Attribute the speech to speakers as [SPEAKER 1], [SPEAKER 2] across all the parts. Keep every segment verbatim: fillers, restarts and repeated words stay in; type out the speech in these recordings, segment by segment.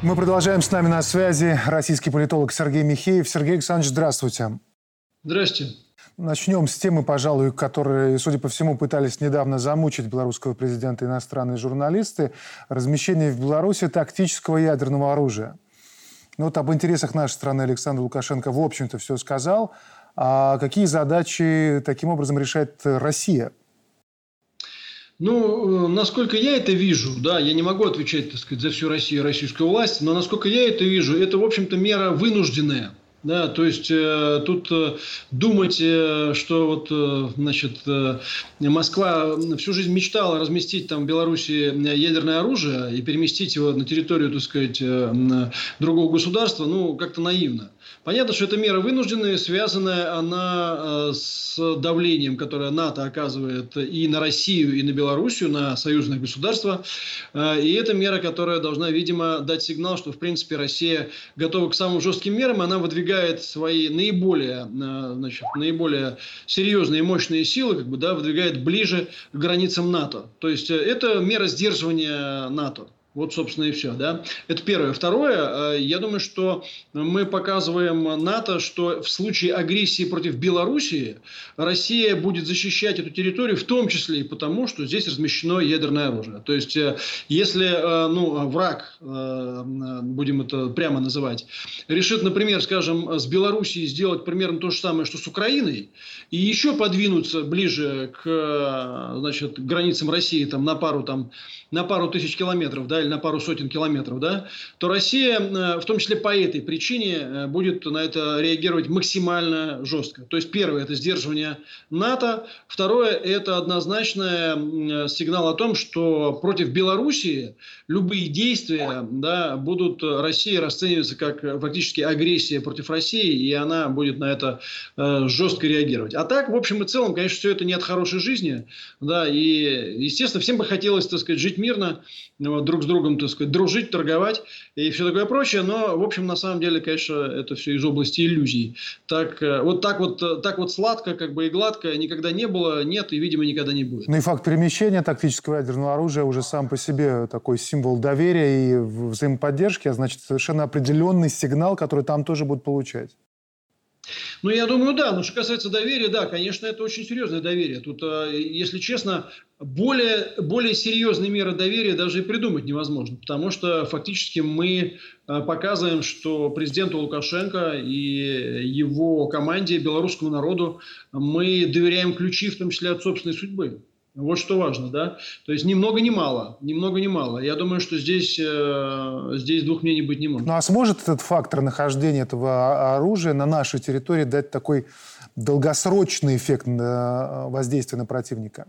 [SPEAKER 1] Мы продолжаем. С нами на связи российский политолог Сергей Михеев. Сергей Александрович, здравствуйте.
[SPEAKER 2] Здравствуйте.
[SPEAKER 1] Начнем с темы, пожалуй, которые, судя по всему, пытались недавно замучить белорусского президента иностранные журналисты. Размещение в Беларуси тактического ядерного оружия. Ну вот об интересах нашей страны Александр Лукашенко, в общем-то, все сказал. А какие задачи таким образом решает Россия?
[SPEAKER 2] Ну, насколько я это вижу, да, я не могу отвечать, так сказать, за всю Россию и российскую власть, но насколько я это вижу, это, в общем-то, мера вынужденная. Да, то есть э, тут э, думать, э, что вот, э, значит, э, Москва всю жизнь мечтала разместить там в Беларуси ядерное оружие и переместить его на территорию, так сказать, э, другого государства, ну, как-то наивно. Понятно, что эта мера вынужденная, связанная она э, с давлением, которое НАТО оказывает и на Россию, и на Белоруссию, на союзные государства. Э, и это мера, которая должна, видимо, дать сигнал, что, в принципе, Россия готова к самым жестким мерам, она выдвигает свои наиболее, э, значит, наиболее серьезные и мощные силы, как бы, да, выдвигает ближе к границам НАТО. То есть, э, это мера сдерживания НАТО. Вот, собственно, и все. Да? Это первое. Второе, я думаю, что мы показываем НАТО, что в случае агрессии против Белоруссии Россия будет защищать эту территорию, в том числе и потому, что здесь размещено ядерное оружие. То есть, если ну, враг, будем это прямо называть, решит, например, скажем, с Белоруссией сделать примерно то же самое, что с Украиной, и еще подвинуться ближе к, значит, границам России там, на, пару, там, на пару тысяч километров, да, или на пару сотен километров, да, то Россия, в том числе по этой причине, будет на это реагировать максимально жестко. То есть, первое – это сдерживание НАТО. Второе – это однозначно сигнал о том, что против Белоруссии любые действия, да, будут России расцениваться как фактически агрессия против России, и она будет на это э, жестко реагировать. А так, в общем и целом, конечно, все это не от хорошей жизни. Да, и, естественно, всем бы хотелось, так сказать, жить мирно, вот, друг с другом, так сказать, дружить, торговать и все такое прочее. Но, в общем, на самом деле, конечно, это все из области иллюзий. Так, вот так вот, так вот сладко, как бы и гладко никогда не было, нет и, видимо, никогда не будет.
[SPEAKER 1] Ну и факт перемещения тактического ядерного оружия уже сам по себе такой символ доверия и взаимоподдержки, а значит, совершенно определенный сигнал, который там тоже будут получать.
[SPEAKER 2] Ну, я думаю, да. Но что касается доверия, да, конечно, это очень серьезное доверие. Тут, если честно, более, более серьезные меры доверия даже и придумать невозможно. Потому что фактически мы показываем, что президенту Лукашенко и его команде, белорусскому народу, мы доверяем ключи, в том числе от собственной судьбы. Вот что важно, да. То есть ни много ни мало, ни много ни мало. Я думаю, что здесь, э, здесь двух мнений быть не может.
[SPEAKER 1] Ну а сможет этот фактор нахождения этого оружия на нашей территории дать такой долгосрочный эффект воздействия на противника?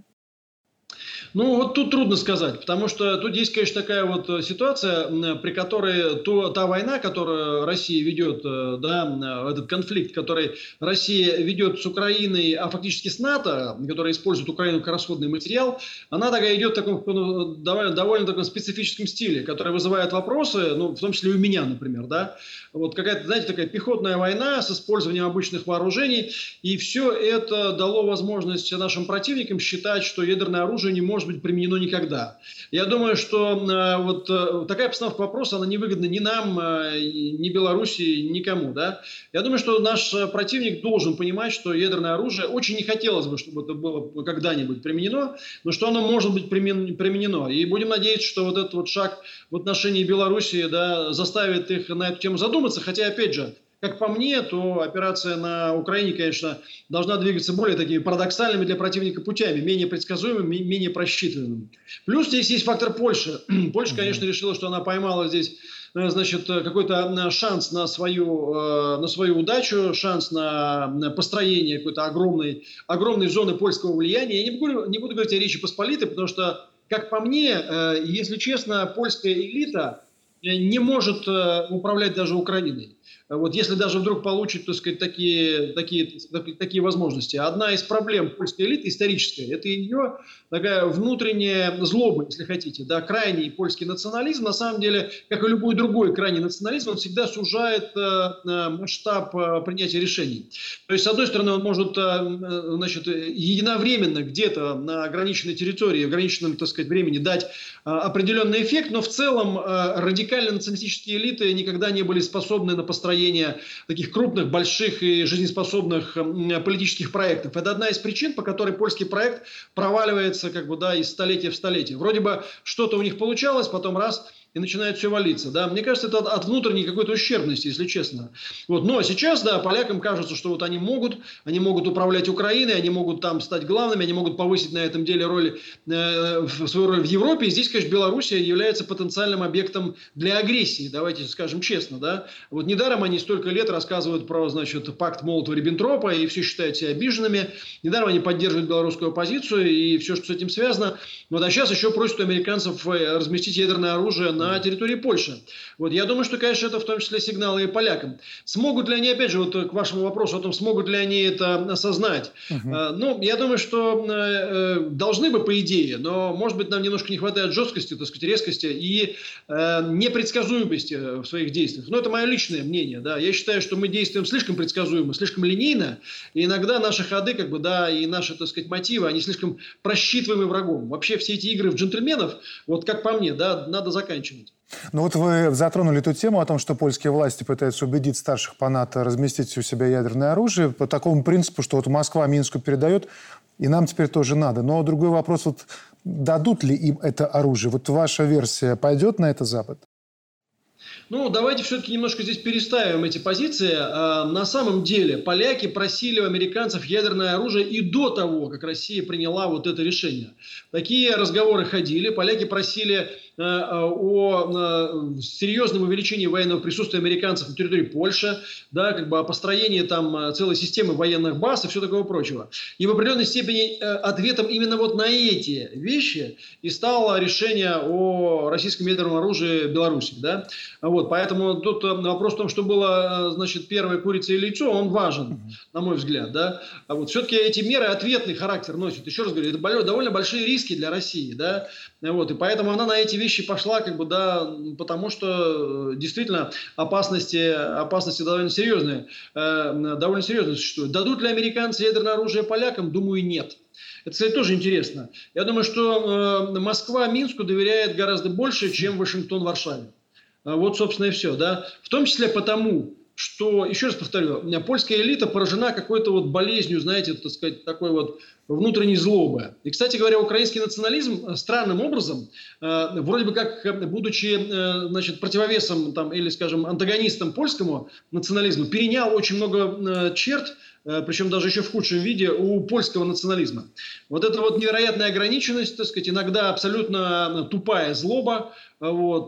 [SPEAKER 2] Ну, вот тут трудно сказать, потому что тут есть, конечно, такая вот ситуация, при которой то, та война, которую Россия ведет, да, этот конфликт, который Россия ведет с Украиной, а фактически с НАТО, которая использует Украину как расходный материал, она такая идет в таком ну, довольно, довольно таком специфическом стиле, который вызывает вопросы, ну, в том числе и у меня, например, да, вот какая-то, знаете, такая пехотная война с использованием обычных вооружений, и все это дало возможность нашим противникам считать, что ядерное оружие не может быть применено никогда. Я думаю, что э, вот э, такая постановка вопроса, она невыгодна ни нам, э, ни Белоруссии, никому. Да? Я думаю, что наш противник должен понимать, что ядерное оружие, очень не хотелось бы, чтобы это было когда-нибудь применено, но что оно может быть применено. И будем надеяться, что вот этот вот шаг в отношении Белоруссии, да, заставит их на эту тему задуматься. Хотя, опять же, как по мне, то операция на Украине, конечно, должна двигаться более такими парадоксальными для противника путями, менее предсказуемыми, менее просчитанными. Плюс здесь есть фактор Польши. Польша, конечно, решила, что она поймала здесь, значит, какой-то шанс на свою, на свою удачу, шанс на построение какой-то огромной, огромной зоны польского влияния. Я не буду, не буду говорить о Речи Посполитой, потому что, как по мне, если честно, польская элита не может управлять даже Украиной. вот если даже вдруг получит, так сказать, такие, такие, такие возможности. Одна из проблем польской элиты исторической – это ее такая внутренняя злоба, если хотите. Да, крайний польский национализм, на самом деле, как и любой другой крайний национализм, он всегда сужает э, масштаб э, принятия решений. То есть, с одной стороны, он может э, значит, единовременно где-то на ограниченной территории, в ограниченном, так сказать, времени дать э, определенный эффект, но в целом э, радикально националистические элиты никогда не были способны на построение таких крупных, больших и жизнеспособных э, политических проектов. Это одна из причин, по которой польский проект проваливается как бы, да, из столетия в столетие. Вроде бы что-то у них получалось, потом раз – и начинает все валиться. Да? Мне кажется, это от, от внутренней какой-то ущербности, если честно. Вот. Но сейчас, да, полякам кажется, что вот они могут, они могут управлять Украиной, они могут там стать главными, они могут повысить на этом деле роль, э, свою роль в Европе. И здесь, конечно, Белоруссия является потенциальным объектом для агрессии, давайте скажем честно. Да? Вот недаром они столько лет рассказывают про, значит, пакт Молотова-Риббентропа и все считают себя обиженными. Недаром они поддерживают белорусскую оппозицию и все, что с этим связано. Вот. А сейчас еще просят у американцев разместить ядерное оружие на на территории Польши. Вот, я думаю, что, конечно, это в том числе сигналы и полякам. Смогут ли они, опять же, вот к вашему вопросу о том, смогут ли они это осознать? Uh-huh. А, ну, я думаю, что э, должны бы, по идее, но, может быть, нам немножко не хватает жесткости, так сказать, резкости и э, непредсказуемости в своих действиях. Но это мое личное мнение, да. Я считаю, что мы действуем слишком предсказуемо, слишком линейно, и иногда наши ходы, как бы, да, и наши, так сказать, мотивы, они слишком просчитываемы врагом. Вообще все эти игры в джентльменов, вот как по мне, да, надо заканчивать.
[SPEAKER 1] Ну вот вы затронули эту тему о том, что польские власти пытаются убедить старших по НАТО разместить у себя ядерное оружие по такому принципу, что вот Москва Минску передает, и нам теперь тоже надо. Но другой вопрос, вот дадут ли им это оружие? Вот ваша версия пойдет на это Запад?
[SPEAKER 2] Ну, давайте все-таки немножко здесь переставим эти позиции. На самом деле поляки просили у американцев ядерное оружие и до того, как Россия приняла вот это решение. Такие разговоры ходили. Поляки просили о серьезном увеличении военного присутствия американцев на территории Польши, да, как бы о построении там целой системы военных баз и все такого прочего. И в определенной степени ответом именно вот на эти вещи и стало решение о российском ядерном оружии в Беларуси. Да? Вот, поэтому тут вопрос в том, что было, значит, первая курица и яйцо, он важен, на мой взгляд. Да? А вот все-таки эти меры ответный характер носят. Еще раз говорю, это довольно большие риски для России. Да? Вот, и поэтому она на эти вещи пошла, как бы, да, потому что действительно опасности, опасности довольно серьезные, э, довольно серьезные существуют. Дадут ли американцы ядерное оружие полякам? Думаю, нет. Это, кстати, тоже интересно. Я думаю, что э, Москва Минску доверяет гораздо больше, чем Вашингтон Варшаве. Вот, собственно, и все. Да? В том числе потому, что, еще раз повторю, польская элита поражена какой-то вот болезнью, знаете, так сказать, такой вот внутренней злобы. И, кстати говоря, украинский национализм странным образом, э, вроде бы как, будучи э, значит, противовесом там, или, скажем, антагонистом польскому национализму, перенял очень много э, черт, э, причем даже еще в худшем виде, у польского национализма. Вот эта вот невероятная ограниченность, так сказать, иногда абсолютно тупая злоба, вот,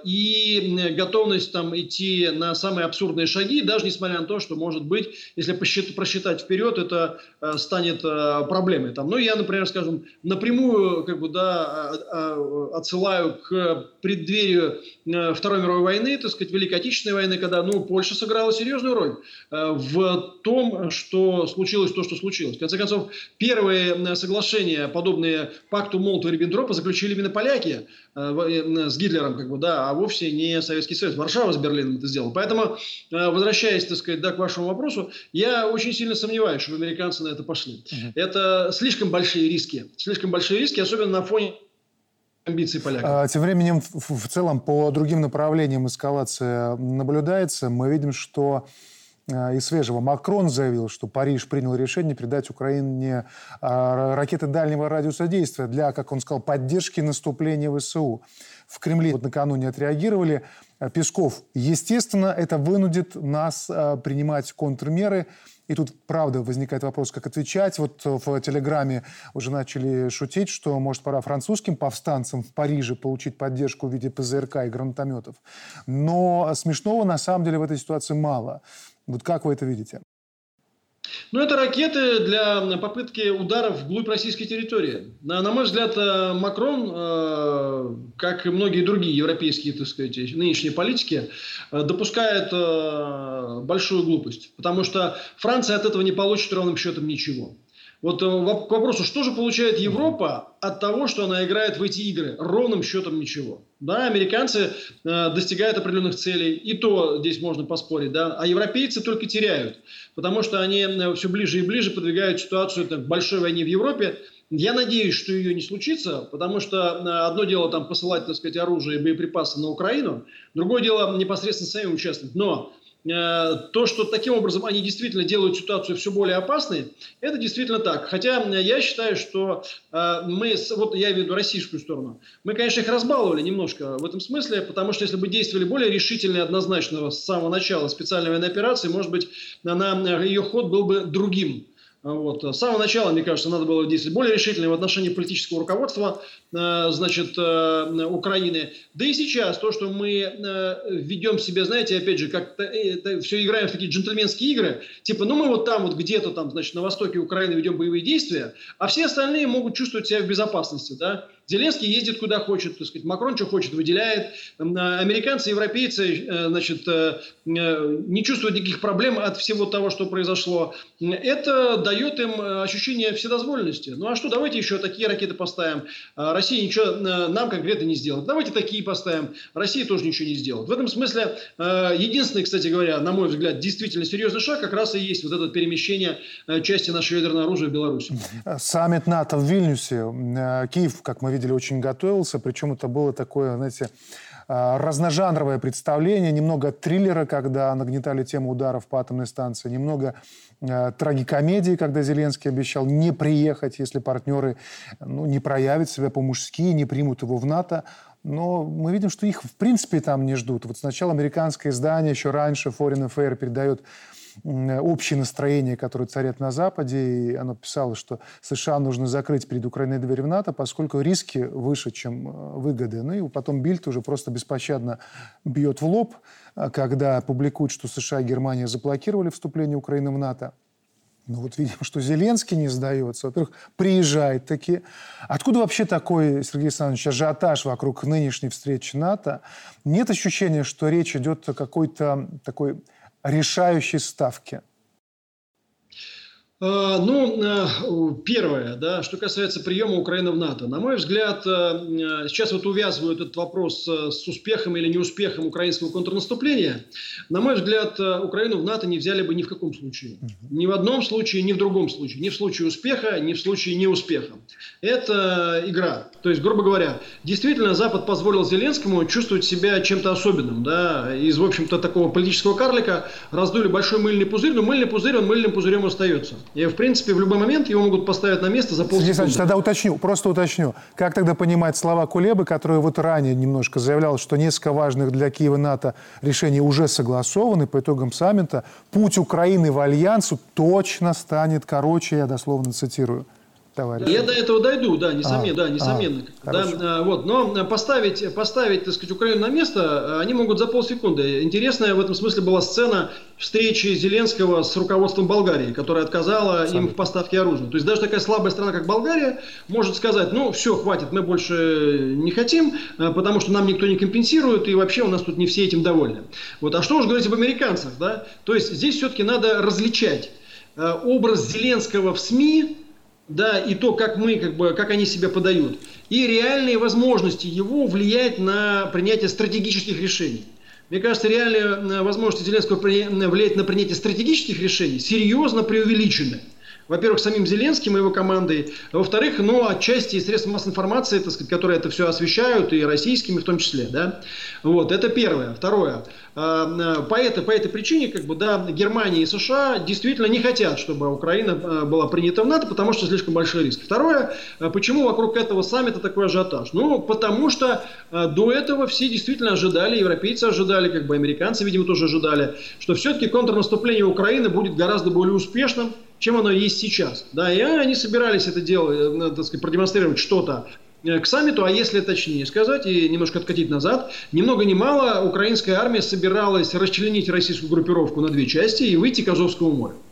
[SPEAKER 2] и готовность там идти на самые абсурдные шаги, даже несмотря на то, что, может быть, если посчитать, просчитать вперед, это станет проблемой. Там, ну, я, например, скажем, напрямую как бы, да, отсылаю к преддверию Второй мировой войны, так сказать, Великой Отечественной войны, когда ну, Польша сыграла серьезную роль в том, что случилось то, что случилось. В конце концов, первые соглашения, подобные пакту Молотова-Риббентропа, заключили именно поляки с Гитлером, как бы, да, а вовсе не Советский Союз. Варшава с Берлином это сделала. Поэтому, возвращаясь, так сказать, да, к вашему вопросу, я очень сильно сомневаюсь, что американцы на это пошли. Uh-huh. Это слишком большие риски. Слишком большие риски, особенно на фоне амбиций поляков.
[SPEAKER 1] А, тем временем, в, в целом, по другим направлениям эскалация наблюдается. Мы видим, что из свежего Макрон заявил, что Париж принял решение передать Украине ракеты дальнего радиуса действия для, как он сказал, поддержки наступления ВСУ. В Кремле вот накануне отреагировали. Песков, естественно, это вынудит нас принимать контрмеры. И тут, правда, возникает вопрос, как отвечать. Вот в Телеграме уже начали шутить, что, может, пора французским повстанцам в Париже получить поддержку в виде ПЗРК и гранатометов. Но смешного, на самом деле, в этой ситуации мало. Вот как вы это видите?
[SPEAKER 2] Ну, это ракеты для попытки ударов вглубь российской территории. На, на мой взгляд, Макрон, э, как и многие другие европейские, так сказать, нынешние политики, э, допускает э, большую глупость. Потому что Франция от этого не получит ровным счетом ничего. Вот к вопросу, что же получает Европа от того, что она играет в эти игры? Ровным счетом ничего. Да, американцы э, достигают определенных целей, и то здесь можно поспорить, да, а европейцы только теряют, потому что они э, все ближе и ближе подвигают ситуацию так, к большой войне в Европе. Я надеюсь, что ее не случится, потому что э, одно дело там посылать, так сказать, оружие и боеприпасы на Украину, другое дело непосредственно самим участвовать. Но то, что таким образом они действительно делают ситуацию все более опасной, это действительно так. Хотя я считаю, что мы, вот я имею в виду российскую сторону, мы, конечно, их разбаловали немножко в этом смысле, потому что если бы действовали более решительно и однозначно с самого начала специальной военной операции, может быть, на ее ход был бы другим. Вот. С самого начала, мне кажется, надо было действовать более решительно в отношении политического руководства э, значит, э, Украины. Да и сейчас то, что мы э, ведем себя, знаете, опять же, как-то э, все играем в такие джентльменские игры, типа, ну мы вот там вот где-то там, значит, на востоке Украины ведем боевые действия, а все остальные могут чувствовать себя в безопасности, да. Зеленский ездит куда хочет, так сказать, Макрон что хочет выделяет, американцы, европейцы, значит, не чувствуют никаких проблем от всего того, что произошло. Это дает им ощущение вседозволенности. Ну а что, давайте еще такие ракеты поставим. Россия ничего нам конкретно не сделает. Давайте такие поставим. Россия тоже ничего не сделает. В этом смысле единственный, кстати говоря, на мой взгляд, действительно серьезный шаг как раз и есть вот это перемещение части нашего ядерного оружия в Беларусь.
[SPEAKER 1] Саммит НАТО в Вильнюсе. Киев, как мы видели, очень готовился. Причем это было такое, знаете, разножанровое представление. Немного триллера, когда нагнетали тему ударов по атомной станции. Немного трагикомедии, когда Зеленский обещал не приехать, если партнеры ну, не проявят себя по-мужски, не примут его в НАТО. Но мы видим, что их в принципе там не ждут. Вот сначала американское издание, еще раньше Foreign Affair передает общее настроение, которое царит на Западе, и оно писало, что США нужно закрыть перед Украиной дверь в НАТО, поскольку риски выше, чем выгоды. Ну и потом Бильд уже просто беспощадно бьет в лоб, когда публикуют, что США и Германия заблокировали вступление Украины в НАТО. Ну вот видим, что Зеленский не сдается. Во-первых, приезжает таки. Откуда вообще такой, Сергей Александрович, ажиотаж вокруг нынешней встречи НАТО? Нет ощущения, что речь идет о какой-то такой решающей ставке?
[SPEAKER 2] Ну, первое, да, что касается приема Украины в НАТО. На мой взгляд, сейчас вот увязывают этот вопрос с успехом или неуспехом украинского контрнаступления. На мой взгляд, Украину в НАТО не взяли бы ни в каком случае. Ни в одном случае, ни в другом случае. Ни в случае успеха, ни в случае неуспеха. Это игра. То есть, грубо говоря, действительно Запад позволил Зеленскому чувствовать себя чем-то особенным. Да? Из, в общем-то, такого политического карлика раздули большой мыльный пузырь, но мыльный пузырь, он мыльным пузырем остается. И, в принципе, в любой момент его могут поставить на место за полсекунды.
[SPEAKER 1] Сергей Александрович, тогда уточню, просто уточню. Как тогда понимать слова Кулебы, который вот ранее немножко заявлял, что несколько важных для Киева НАТО решений уже согласованы по итогам саммита? Путь Украины в альянсу точно станет короче, я дословно цитирую. Товарищ.
[SPEAKER 2] Я до этого дойду, да, несомненно, а, да, несомненно.
[SPEAKER 1] А,
[SPEAKER 2] да, вот, но поставить, поставить, так сказать, Украину на место они могут за полсекунды. Интересная в этом смысле была сцена встречи Зеленского с руководством Болгарии, которая отказала Сам. им в поставке оружия. То есть даже такая слабая страна, как Болгария, может сказать, ну все, хватит, мы больше не хотим, потому что нам никто не компенсирует, и вообще у нас тут не все этим довольны. Вот, а что уж говорить об американцах, да? То есть здесь все-таки надо различать образ Зеленского в СМИ, да, и то, как мы, как бы, как они себя подают, и реальные возможности его влиять на принятие стратегических решений. Мне кажется, реальные возможности Зеленского влиять на принятие стратегических решений серьезно преувеличены. Во-первых, самим Зеленским и его командой. Во-вторых, ну, отчасти и средства массовой информации, так сказать, которые это все освещают, и российскими в том числе. Да? Вот, это первое. Второе. По этой, по этой причине, как бы, да, Германия и США действительно не хотят, чтобы Украина была принята в НАТО, потому что слишком большой риск. Второе. Почему вокруг этого саммита такой ажиотаж? Ну, потому что до этого все действительно ожидали, европейцы ожидали, как бы американцы, видимо, тоже ожидали, что все-таки контрнаступление Украины будет гораздо более успешным, чем оно есть сейчас. Да, и они собирались это дело, так сказать, продемонстрировать что-то к саммиту, а если точнее сказать и немножко откатить назад, ни много ни мало украинская армия собиралась расчленить российскую группировку на две части и выйти к Азовскому морю.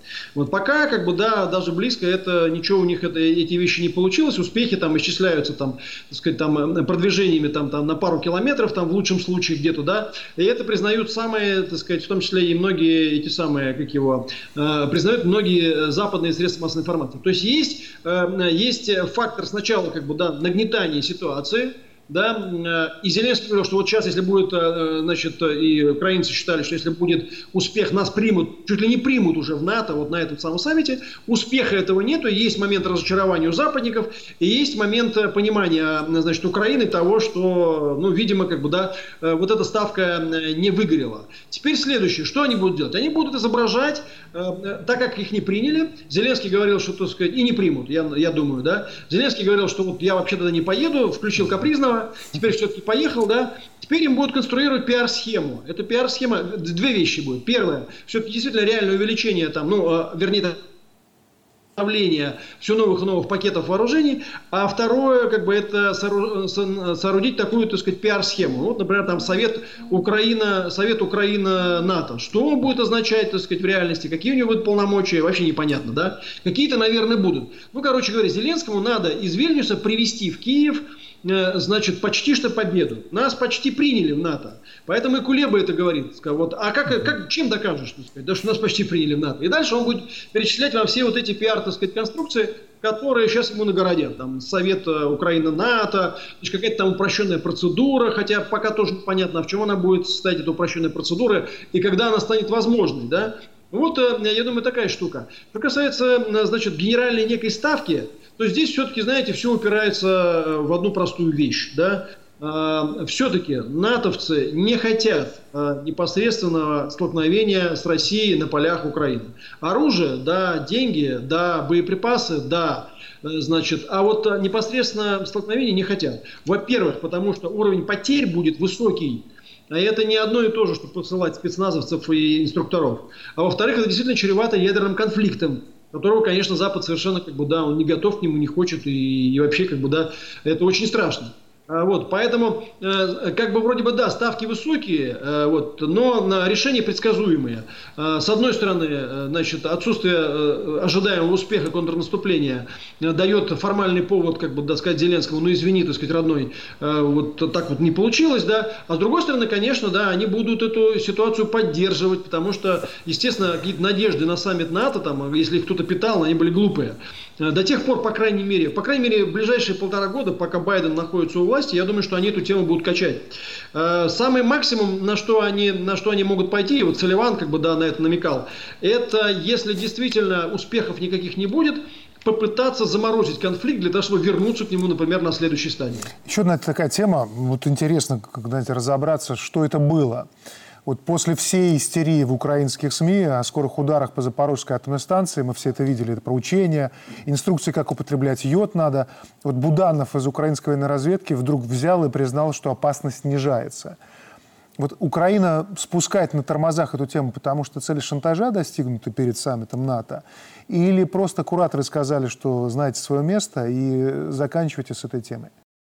[SPEAKER 2] Вот пока, как бы, да, даже близко это, ничего у них это, эти вещи не получилось. Успехи там исчисляются, там, так сказать, там, продвижениями там, там, на пару километров, там, в лучшем случае где-то, да. И это признают самые, так сказать, в том числе и многие эти самые, как его, э, признают многие западные средства массовой информации. То есть есть, э, есть фактор сначала, как бы, да, нагнетания ситуации. Да, и Зеленский говорил, что вот сейчас, если будет, значит, и украинцы считали, что если будет успех, нас примут, чуть ли не примут уже в НАТО, вот на этом самом саммите, успеха этого нету, есть момент разочарования у западников, и есть момент понимания, значит, Украины того, что, ну, видимо, как бы, да, вот эта ставка не выгорела. Теперь следующее, что они будут делать? Они будут изображать, так как их не приняли, Зеленский говорил, что, так сказать, и не примут, я, я думаю, да, Зеленский говорил, что вот я вообще тогда не поеду, включил Капризного, теперь все-таки поехал, да, теперь им будут конструировать пиар-схему. Это пиар-схема, две вещи будет. Первое, все-таки действительно реальное увеличение, там, ну, вернее, все новых и новых пакетов вооружений, а второе, как бы, это соорудить такую, так сказать, пиар-схему. Вот, например, там Совет Украина, Совет Украина-НАТО. Что он будет означать, так сказать, в реальности, какие у него будут полномочия, вообще непонятно, да? Какие-то, наверное, будут. Ну, короче говоря, Зеленскому надо из Вильнюса привезти в Киев, значит, почти что победу. Нас почти приняли в НАТО. Поэтому и Кулеба это говорит. Вот, а как, как, чем докажешь, так сказать, да, что нас почти приняли в НАТО? И дальше он будет перечислять вам все вот эти пиар, так сказать, конструкции, которые сейчас ему нагородят. Там Совет Украина-НАТО, какая-то там упрощенная процедура, хотя пока тоже непонятно, в чем она будет состоять, эта упрощенная процедура, и когда она станет возможной, да? Вот, я думаю, такая штука. Что касается, значит, генеральной некой ставки, то здесь все-таки, знаете, все упирается в одну простую вещь, да. Все-таки натовцы не хотят непосредственного столкновения с Россией на полях Украины. Оружие, да, деньги, да, боеприпасы, да, значит, а вот непосредственно столкновения не хотят. Во-первых, потому что уровень потерь будет высокий. А это не одно и то же, чтобы посылать спецназовцев и инструкторов. А во-вторых, это действительно чревато ядерным конфликтом, которого, конечно, Запад совершенно, как бы, да, он не готов к нему, не хочет, и, и вообще, как бы, да, это очень страшно. Вот, поэтому, э, как бы, вроде бы, да, ставки высокие, э, вот, но на решения предсказуемые. Э, с одной стороны, э, значит, отсутствие э, ожидаемого успеха контрнаступления э, дает формальный повод, как бы, да, сказать Зеленскому, ну, извини, так сказать, родной, э, вот так вот не получилось, да, а с другой стороны, конечно, да, они будут эту ситуацию поддерживать, потому что, естественно, какие-то надежды на саммит НАТО, там, если их кто-то питал, они были глупые. До тех пор, по крайней мере, по крайней мере, в ближайшие полтора года, пока Байден находится у власти, я думаю, что они эту тему будут качать. Самый максимум, на что они, на что они могут пойти, и вот Салливан, как бы, да, на это намекал, это, если действительно успехов никаких не будет, попытаться заморозить конфликт для того, чтобы вернуться к нему, например, на следующей стадии.
[SPEAKER 1] Еще одна такая тема, вот интересно, как, знаете, разобраться, что это было. Вот после всей истерии в украинских СМИ о скорых ударах по Запорожской атомной станции, мы все это видели, это про учения, инструкции, как употреблять йод надо. Вот Буданов из украинской военной разведки вдруг взял и признал, что опасность снижается. Вот Украина спускает на тормозах эту тему, потому что цели шантажа достигнуты перед саммитом НАТО? Или просто кураторы сказали, что знаете свое место и заканчивайте с этой темой?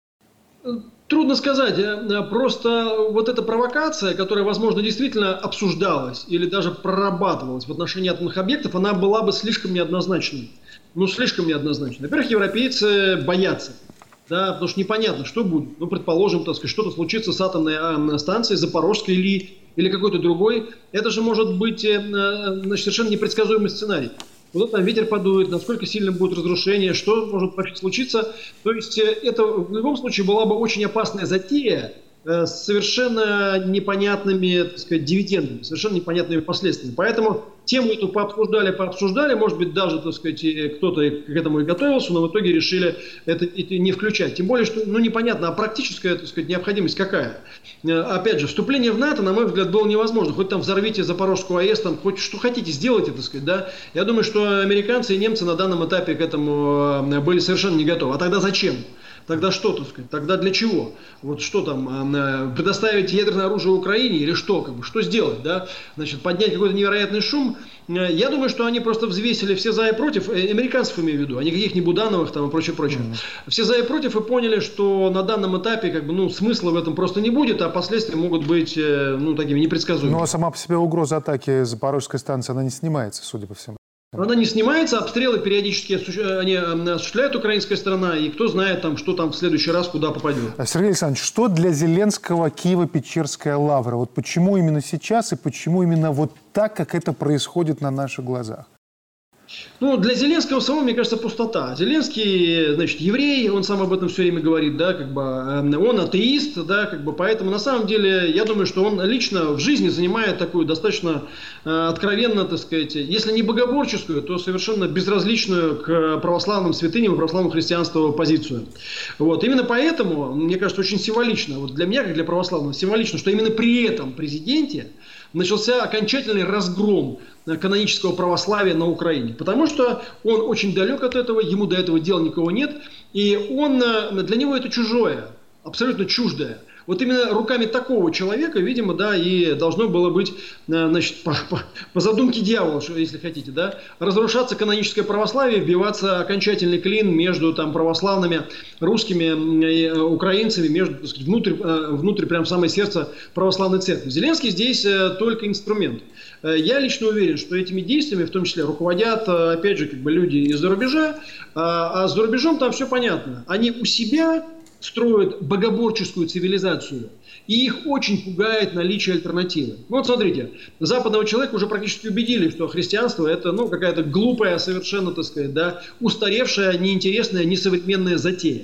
[SPEAKER 2] Трудно сказать. Просто вот эта провокация, которая, возможно, действительно обсуждалась или даже прорабатывалась в отношении атомных объектов, она была бы слишком неоднозначной. Ну, слишком неоднозначной. Во-первых, европейцы боятся. Да, потому что непонятно, что будет. Ну, предположим, так сказать, что-то случится с атомной станцией, Запорожской или, или какой-то другой. Это же может быть, значит, совершенно непредсказуемый сценарий. Куда там ветер подует, насколько сильным будет разрушение, что может вообще случиться. То есть это в любом случае была бы очень опасная затея с совершенно непонятными, так сказать, дивидендами, совершенно непонятными последствиями. Поэтому тему эту пообсуждали, пообсуждали, может быть, даже, так сказать, кто-то к этому и готовился, но в итоге решили это, это не включать. Тем более, что, ну, непонятно, а практическая, так сказать, необходимость какая? Опять же, вступление в НАТО, на мой взгляд, было невозможно. Хоть там взорвите Запорожскую АЭС, там, хоть что хотите, сделайте, так сказать, да. Я думаю, что американцы и немцы на данном этапе к этому были совершенно не готовы. А тогда зачем? Тогда что, так сказать? Тогда для чего? Вот что там, предоставить ядерное оружие Украине или что? Как бы, что сделать, да? Значит, поднять какой-то невероятный шум. Я думаю, что они просто взвесили все за и против, американцев имею в виду, а никаких не Будановых там и прочее, прочее. Mm-hmm. Все за и против и поняли, что на данном этапе, как бы, ну, смысла в этом просто не будет, а последствия могут быть, ну, такими непредсказуемыми.
[SPEAKER 1] Ну, а сама по себе угроза атаки Запорожской станции, она не снимается, судя по всему.
[SPEAKER 2] Она не снимается, обстрелы периодически они осуществляет украинская сторона, и кто знает, там, что там в следующий раз куда попадет.
[SPEAKER 1] Сергей Александрович, что для Зеленского Киево-Печерская лавра? Вот почему именно сейчас и почему именно вот так, как это происходит на наших глазах?
[SPEAKER 2] Ну, для Зеленского самого, мне кажется, пустота. Зеленский, значит, еврей, он сам об этом все время говорит, да, как бы, он атеист, да, как бы, поэтому, на самом деле, я думаю, что он лично в жизни занимает такую достаточно э, откровенно, так сказать, если не богоборческую, то совершенно безразличную к православным святыням и православному христианству позицию. Вот, именно поэтому, мне кажется, очень символично, вот для меня, как для православного, символично, что именно при этом президенте начался окончательный разгром канонического православия на Украине. Потому что он очень далек от этого, ему до этого дела никого нет, и он, для него это чужое, абсолютно чуждое. Вот именно руками такого человека, видимо, да, и должно было быть, значит, по, по, по задумке дьявола, если хотите, да, разрушаться каноническое православие, вбиваться окончательный клин между там православными русскими украинцами, между, так сказать, внутрь, внутрь прям в самое сердце православной церкви. Зеленский здесь только инструмент. Я лично уверен, что этими действиями, в том числе, руководят, опять же, как бы люди из-за рубежа, а за рубежом там все понятно. Они у себя строят богоборческую цивилизацию, и их очень пугает наличие альтернативы. Ну, вот смотрите, западного человека уже практически убедили, что христианство это, ну, какая-то глупая, совершенно, так сказать, да, устаревшая, неинтересная, несовременная затея.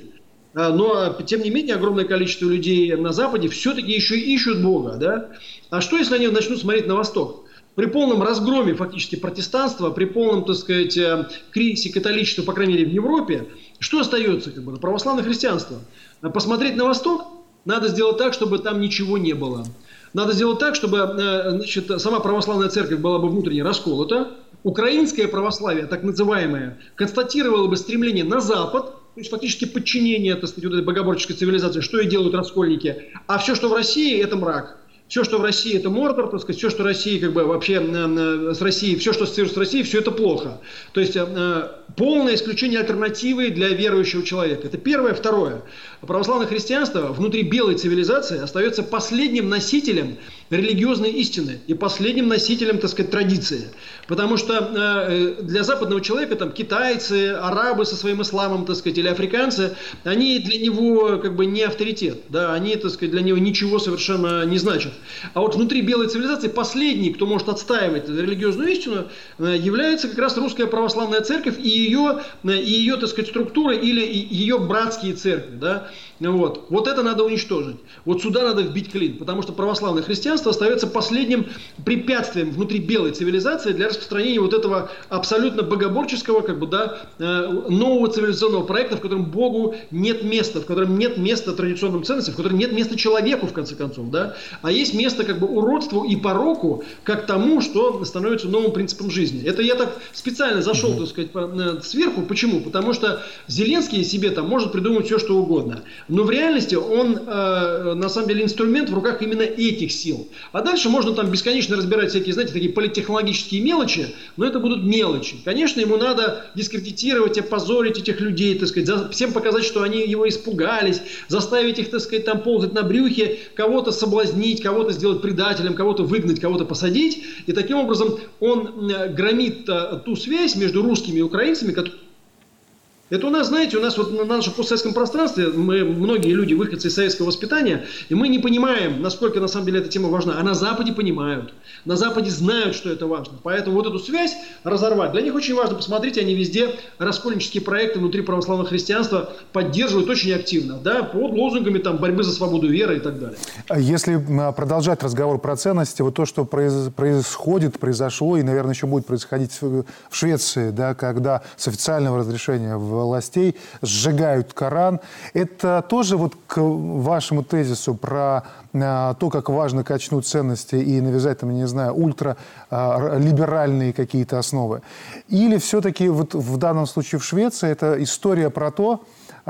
[SPEAKER 2] Но, тем не менее, огромное количество людей на Западе все-таки еще ищут Бога, да? А что, если они начнут смотреть на Восток? При полном разгроме фактически протестанства, при полном, так сказать, кризисе католичества, по крайней мере, в Европе, что остается? Как бы, православное христианство. Посмотреть на Восток, надо сделать так, чтобы там ничего не было. Надо сделать так, чтобы, значит, сама православная церковь была бы внутренне расколота. Украинское православие, так называемое, констатировало бы стремление на Запад, то есть фактически подчинение, так сказать, вот этой богоборческой цивилизации, что и делают раскольники. А все, что в России, это мрак. Все, что в России, это Мордор, так сказать, все, что в России, как бы вообще э, с Россией, все, что связано с Россией, все это плохо. То есть э, полное исключение альтернативы для верующего человека. Это первое. Второе. Православное христианство внутри белой цивилизации остается последним носителем религиозной истины и последним носителем, так сказать, традиции. Потому что э, для западного человека там китайцы, арабы со своим исламом, так сказать, или африканцы, они для него как бы не авторитет. Да, они, так сказать, для него ничего совершенно не значат. А вот внутри белой цивилизации последний, кто может отстаивать религиозную истину, является как раз русская православная церковь и ее, и ее, так сказать, структура или ее братские церкви. Да? Вот. Вот это надо уничтожить. Вот сюда надо вбить клин, потому что православное христианство остается последним препятствием внутри белой цивилизации для распространения вот этого абсолютно богоборческого, как бы, да, нового цивилизационного проекта, в котором Богу нет места, в котором нет места традиционным ценностям, в котором нет места человеку, в конце концов. Да? А есть место как бы уродству и пороку, как тому, что становится новым принципом жизни. Это я так специально зашел, так сказать, сверху. Почему? Потому что Зеленский себе там может придумать все, что угодно. Но в реальности он, э, на самом деле, инструмент в руках именно этих сил. А дальше можно там бесконечно разбирать всякие, знаете, такие политтехнологические мелочи, но это будут мелочи. Конечно, ему надо дискредитировать, опозорить этих людей, так сказать, за, всем показать, что они его испугались, заставить их, так сказать, там ползать на брюхе, кого-то соблазнить, кого-то сделать предателем, кого-то выгнать, кого-то посадить. И таким образом он громит а, ту связь между русскими и украинцами, которые... Это у нас, знаете, у нас вот на нашем постсоветском пространстве мы, многие люди, выходцы из советского воспитания, и мы не понимаем, насколько на самом деле эта тема важна. А на Западе понимают. На Западе знают, что это важно. Поэтому вот эту связь разорвать. Для них очень важно. Посмотрите, они везде раскольнические проекты внутри православного христианства поддерживают очень активно. Да, под лозунгами там, борьбы за свободу веры и так далее.
[SPEAKER 1] Если продолжать разговор про ценности, вот то, что происходит, произошло и, наверное, еще будет происходить в Швеции, да, когда с официального разрешения в властей сжигают Коран. Это тоже вот к вашему тезису про а, то, как важно качнуть ценности и навязать, там, не знаю, ультралиберальные а, какие-то основы. Или все-таки вот в данном случае в Швеции это история про то,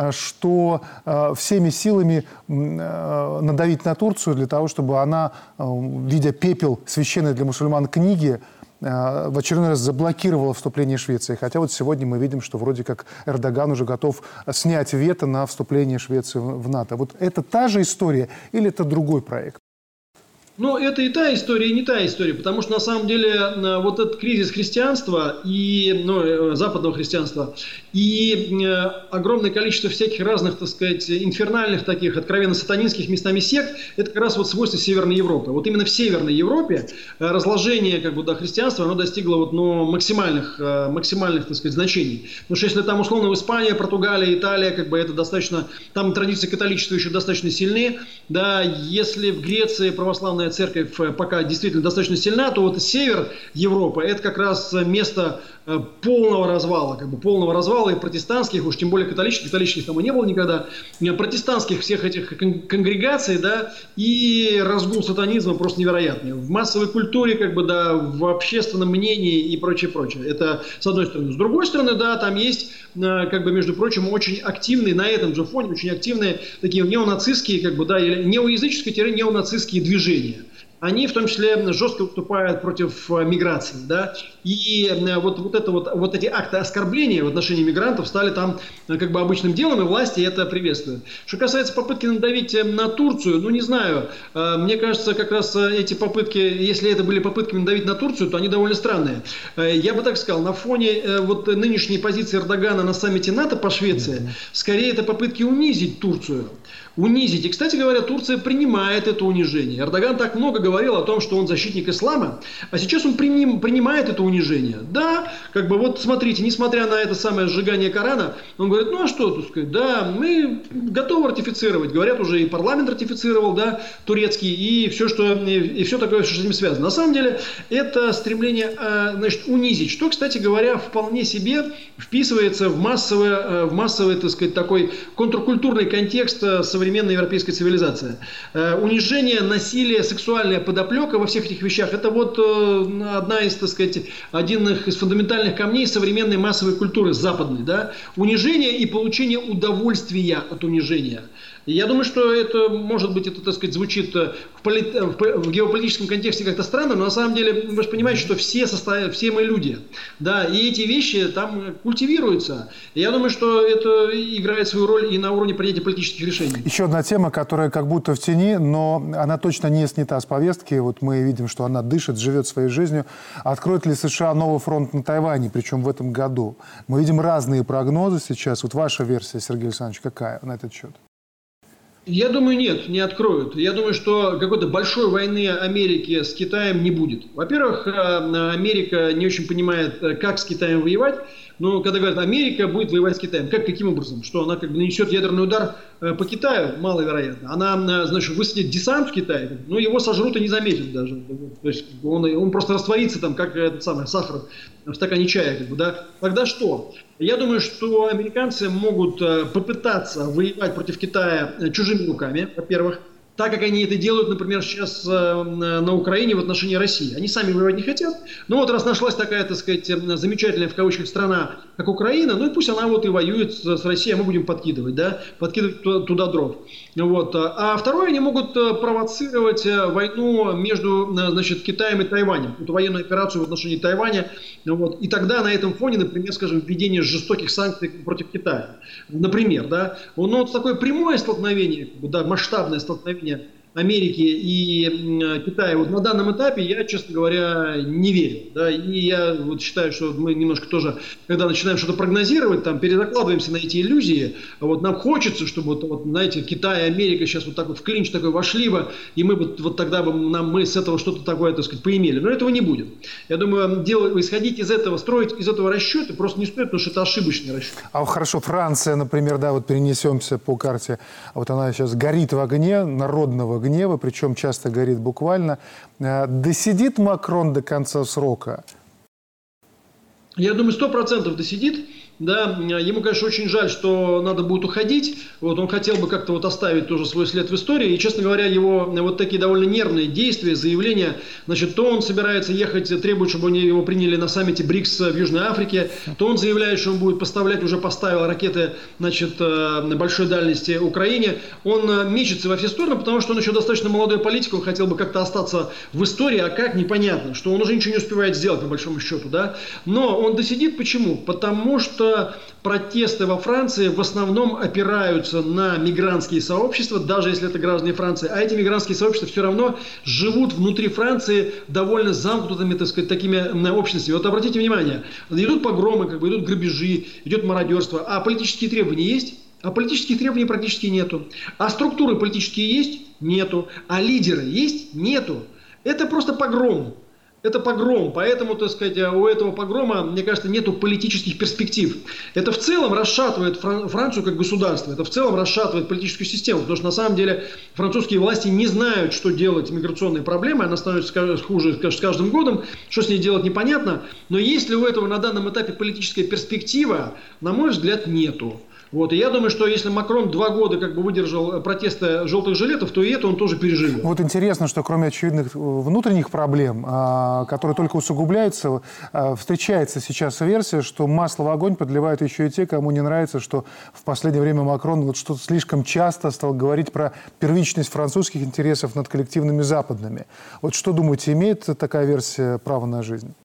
[SPEAKER 1] что э, всеми силами э, надавить на Турцию для того, чтобы она, э, видя пепел священной для мусульман книги, э, в очередной раз заблокировала вступление Швеции. Хотя вот сегодня мы видим, что вроде как Эрдоган уже готов снять вето на вступление Швеции в НАТО. Вот это та же история или это другой проект?
[SPEAKER 2] Ну, это и та история, и не та история, потому что на самом деле вот этот кризис христианства и ну, западного христианства и огромное количество всяких разных, так сказать, инфернальных таких, откровенно сатанинских местами сект, это как раз вот свойство Северной Европы. Вот именно в Северной Европе разложение как бы, да, христианства, оно достигло вот, ну, максимальных, максимальных, так сказать, значений. Потому что если там условно в Испании, Португалия, Италия, как бы это достаточно, там традиции католичества еще достаточно сильны, да, если в Греции православная церковь пока действительно достаточно сильна, то вот север Европы это как раз место полного развала, как бы полного развала и протестантских, уж тем более католических, католических там и не было никогда, протестантских всех этих конгрегаций, да, и разгул сатанизма просто невероятный. В массовой культуре, как бы, да, в общественном мнении и прочее, прочее. Это с одной стороны. С другой стороны, да, там есть, как бы, между прочим, очень активные, на этом же фоне, очень активные такие неонацистские, как бы, да, или неоязыческие-неонацистские движения. Они в том числе жестко выступают против миграции, да, и вот, вот, это вот, вот эти акты оскорбления в отношении мигрантов стали там как бы обычным делом, и власти это приветствуют. Что касается попытки надавить на Турцию, ну не знаю, мне кажется, как раз эти попытки, если это были попытки надавить на Турцию, то они довольно странные. Я бы так сказал, на фоне вот нынешней позиции Эрдогана на саммите НАТО по Швеции, скорее это попытки унизить Турцию. Унизить. И, кстати говоря, Турция принимает это унижение. Эрдоган так много говорил о том, что он защитник ислама, а сейчас он приним, принимает это унижение. Да, как бы вот смотрите, несмотря на это самое сжигание Корана, он говорит, ну а что тут сказать, да, мы готовы ратифицировать. Говорят, уже и парламент ратифицировал, да, турецкий, и все, что, и, и все такое, что с этим связано. На самом деле, это стремление, значит, унизить, что, кстати говоря, вполне себе вписывается в массовый, в массовый, так сказать, такой контркультурный контекст современного современная европейская цивилизация. Э, унижение, насилие, сексуальная подоплека во всех этих вещах – это вот э, одна из, так сказать, один из фундаментальных камней современной массовой культуры западной. Да? Унижение и получение удовольствия от унижения. Я думаю, что это, может быть, это, так сказать, звучит в, поли... в геополитическом контексте как-то странно, но на самом деле вы же понимаете, что все, состав... все мы люди, да, и эти вещи там культивируются. И я думаю, что это играет свою роль и на уровне принятия политических решений.
[SPEAKER 1] Еще одна тема, которая как будто в тени, но она точно не снята с повестки. Вот мы видим, что она дышит, живет своей жизнью. Откроет ли США новый фронт на Тайване, причем в этом году? Мы видим разные прогнозы сейчас. Вот ваша версия, Сергей Александрович, какая на этот счет?
[SPEAKER 2] Я думаю, нет, не откроют. Я думаю, что какой-то большой войны Америки с Китаем не будет. Во-первых, Америка не очень понимает, как с Китаем воевать. Но когда говорят, Америка будет воевать с Китаем, как, каким образом? Что она как бы нанесет ядерный удар по Китаю? Маловероятно. Она, значит, высадит десант в Китае, но его сожрут и не заметят даже. То есть он, он просто растворится там, как этот самый сахар в стакане чая. Как бы, да? Тогда что? Я думаю, что американцы могут попытаться воевать против Китая чужими руками, во-первых. Так как они это делают, например, сейчас э, на Украине в отношении России. Они сами воевать не хотят. Но вот раз нашлась такая, так сказать, замечательная в кавычках страна, как Украина, ну и пусть она вот и воюет с, с Россией, а мы будем подкидывать, да, подкидывать туда, туда дров. Вот. А второе, они могут провоцировать войну между, значит, Китаем и Тайванем. Вот военную операцию в отношении Тайваня. Вот. И тогда на этом фоне, например, скажем, введение жестоких санкций против Китая. Например, да. Но вот такое прямое столкновение, да, масштабное столкновение Америки и Китая вот на данном этапе я, честно говоря, не верю. Да? И я вот считаю, что мы немножко тоже, когда начинаем что-то прогнозировать, там, перезакладываемся на эти иллюзии. Вот нам хочется, чтобы, вот, вот, знаете, Китай и Америка сейчас вот так вот в клинч такой вошли бы, и мы бы вот тогда бы нам, мы с этого что-то такое, так сказать, поимели. Но этого не будет. Я думаю, делать, исходить из этого, строить из этого расчеты просто не стоит, потому что это ошибочный расчет.
[SPEAKER 1] А хорошо, Франция, например, да, вот перенесемся по карте, вот она сейчас горит в огне народного гнева, причем часто горит буквально. Досидит Макрон до конца срока?
[SPEAKER 2] Я думаю, сто процентов досидит. Да, ему, конечно, очень жаль, что надо будет уходить. Вот он хотел бы как-то вот оставить тоже свой след в истории. И, честно говоря, его вот такие довольно нервные действия, заявления, значит, то он собирается ехать, требует, чтобы они его приняли на саммите БРИКС в Южной Африке, то он заявляет, что он будет поставлять, уже поставил ракеты, значит, на большой дальности Украине. Он мечется во все стороны, потому что он еще достаточно молодой политик, он хотел бы как-то остаться в истории, а как, непонятно, что он уже ничего не успевает сделать, по большому счету, да. Но он досидит, почему? Потому что что протесты во Франции в основном опираются на мигрантские сообщества, даже если это граждане Франции. А эти мигрантские сообщества все равно живут внутри Франции довольно замкнутыми, так сказать, такими общностями. Вот обратите внимание, идут погромы, как бы, идут грабежи, идет мародерство. А политические требования есть? А политических требований практически нету. А структуры политические есть? Нету. А лидеры есть? Нету. Это просто погром. Это погром, поэтому, так сказать, у этого погрома, мне кажется, нету политических перспектив. Это в целом расшатывает Францию как государство, это в целом расшатывает политическую систему, потому что на самом деле французские власти не знают, что делать с миграционной проблемой, она становится хуже с каждым годом, что с ней делать непонятно, но есть ли у этого на данном этапе политическая перспектива, на мой взгляд, нету. Вот. И я думаю, что если Макрон два года как бы выдержал протесты желтых жилетов, то и это он тоже переживет.
[SPEAKER 1] Вот интересно, что кроме очевидных внутренних проблем, которые только усугубляются, встречается сейчас версия, что масло в огонь подливают еще и те, кому не нравится, что в последнее время Макрон вот что-то слишком часто стал говорить про первичность французских интересов над коллективными западными. Вот что думаете, имеет такая версия право на жизнь?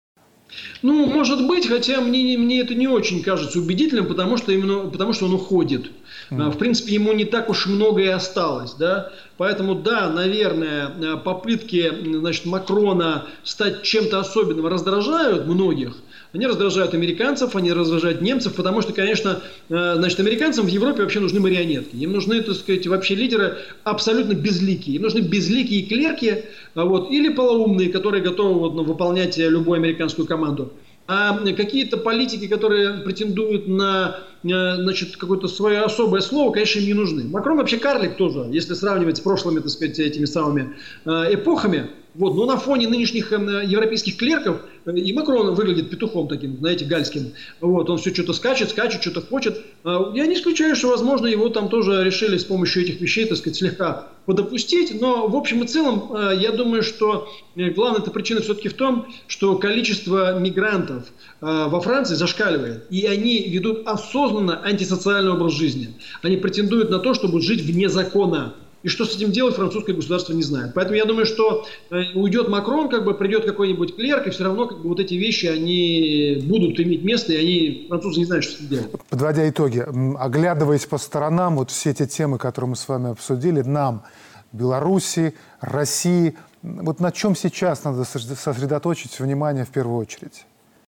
[SPEAKER 2] Ну, может быть, хотя мне, мне это не очень кажется убедительным, потому что, именно, потому что он уходит. Mm. В принципе, ему не так уж много и осталось. Да? Поэтому, да, наверное, попытки, значит, Макрона стать чем-то особенным раздражают многих. Они раздражают американцев, они раздражают немцев, потому что, конечно, значит, американцам в Европе вообще нужны марионетки. Им нужны, так сказать, вообще лидеры абсолютно безликие. Им нужны безликие клерки, вот, или полоумные, которые готовы вот, ну, выполнять любую американскую команду. А какие-то политики, которые претендуют на, значит, какое-то свое особое слово, конечно, им не нужны. Макрон вообще карлик тоже, если сравнивать с прошлыми, так сказать, этими самыми эпохами. Вот, но на фоне нынешних европейских клерков и Макрон выглядит петухом таким, знаете, гальским. Вот, он все что-то скачет, скачет, что-то хочет. Я не исключаю, что, возможно, его там тоже решили с помощью этих вещей, так сказать, слегка подопустить. Но, в общем и целом, я думаю, что главная причина все-таки в том, что количество мигрантов во Франции зашкаливает. И они ведут осознанно антисоциальный образ жизни. Они претендуют на то, чтобы жить вне закона. И что с этим делать, французское государство не знает. Поэтому я думаю, что уйдет Макрон, как бы придет какой-нибудь клерк, и все равно как бы, вот эти вещи, они будут иметь место, и они, французы не знают, что с этим делать.
[SPEAKER 1] Подводя итоги, оглядываясь по сторонам, вот все эти темы, которые мы с вами обсудили, нам, Беларуси, России, вот на чем сейчас надо сосредоточить внимание в первую очередь?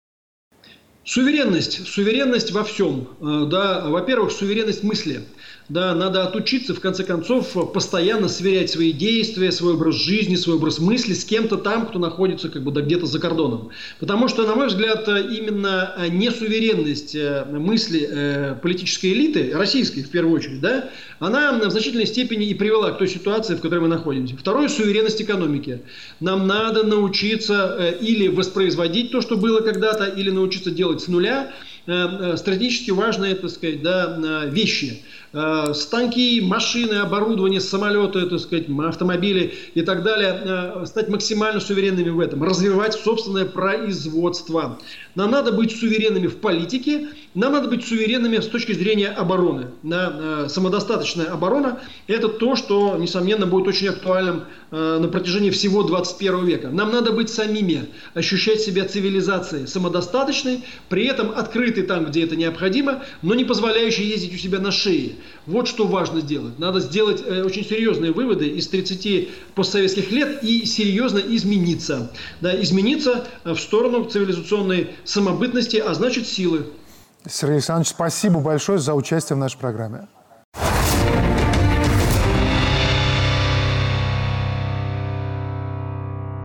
[SPEAKER 2] Суверенность. Суверенность во всем. Да, во-первых, суверенность мысли. Да, надо отучиться, в конце концов, постоянно сверять свои действия, свой образ жизни, свой образ мысли с кем-то там, кто находится как бы, да, где-то за кордоном. Потому что, на мой взгляд, именно несуверенность мысли э, политической элиты, российской в первую очередь, да, она в значительной степени и привела к той ситуации, в которой мы находимся. Второе – суверенность экономики. Нам надо научиться э, или воспроизводить то, что было когда-то, или научиться делать с нуля э, стратегически важные, так сказать, да, вещи. Станки, машины, оборудование, самолеты, так сказать, автомобили и так далее, стать максимально суверенными в этом, развивать собственное производство. Нам надо быть суверенными в политике, нам надо быть суверенными с точки зрения обороны. Самодостаточная оборона – это то, что, несомненно, будет очень актуальным на протяжении всего двадцать первого века. Нам надо быть самими, ощущать себя цивилизацией самодостаточной, при этом открытой там, где это необходимо, но не позволяющей ездить у себя на шее. Вот что важно сделать. Надо сделать э, очень серьезные выводы из тридцати постсоветских лет и серьезно измениться. Да, измениться в сторону цивилизационной самобытности, а значит силы.
[SPEAKER 1] Сергей Александрович, спасибо большое за участие в нашей программе.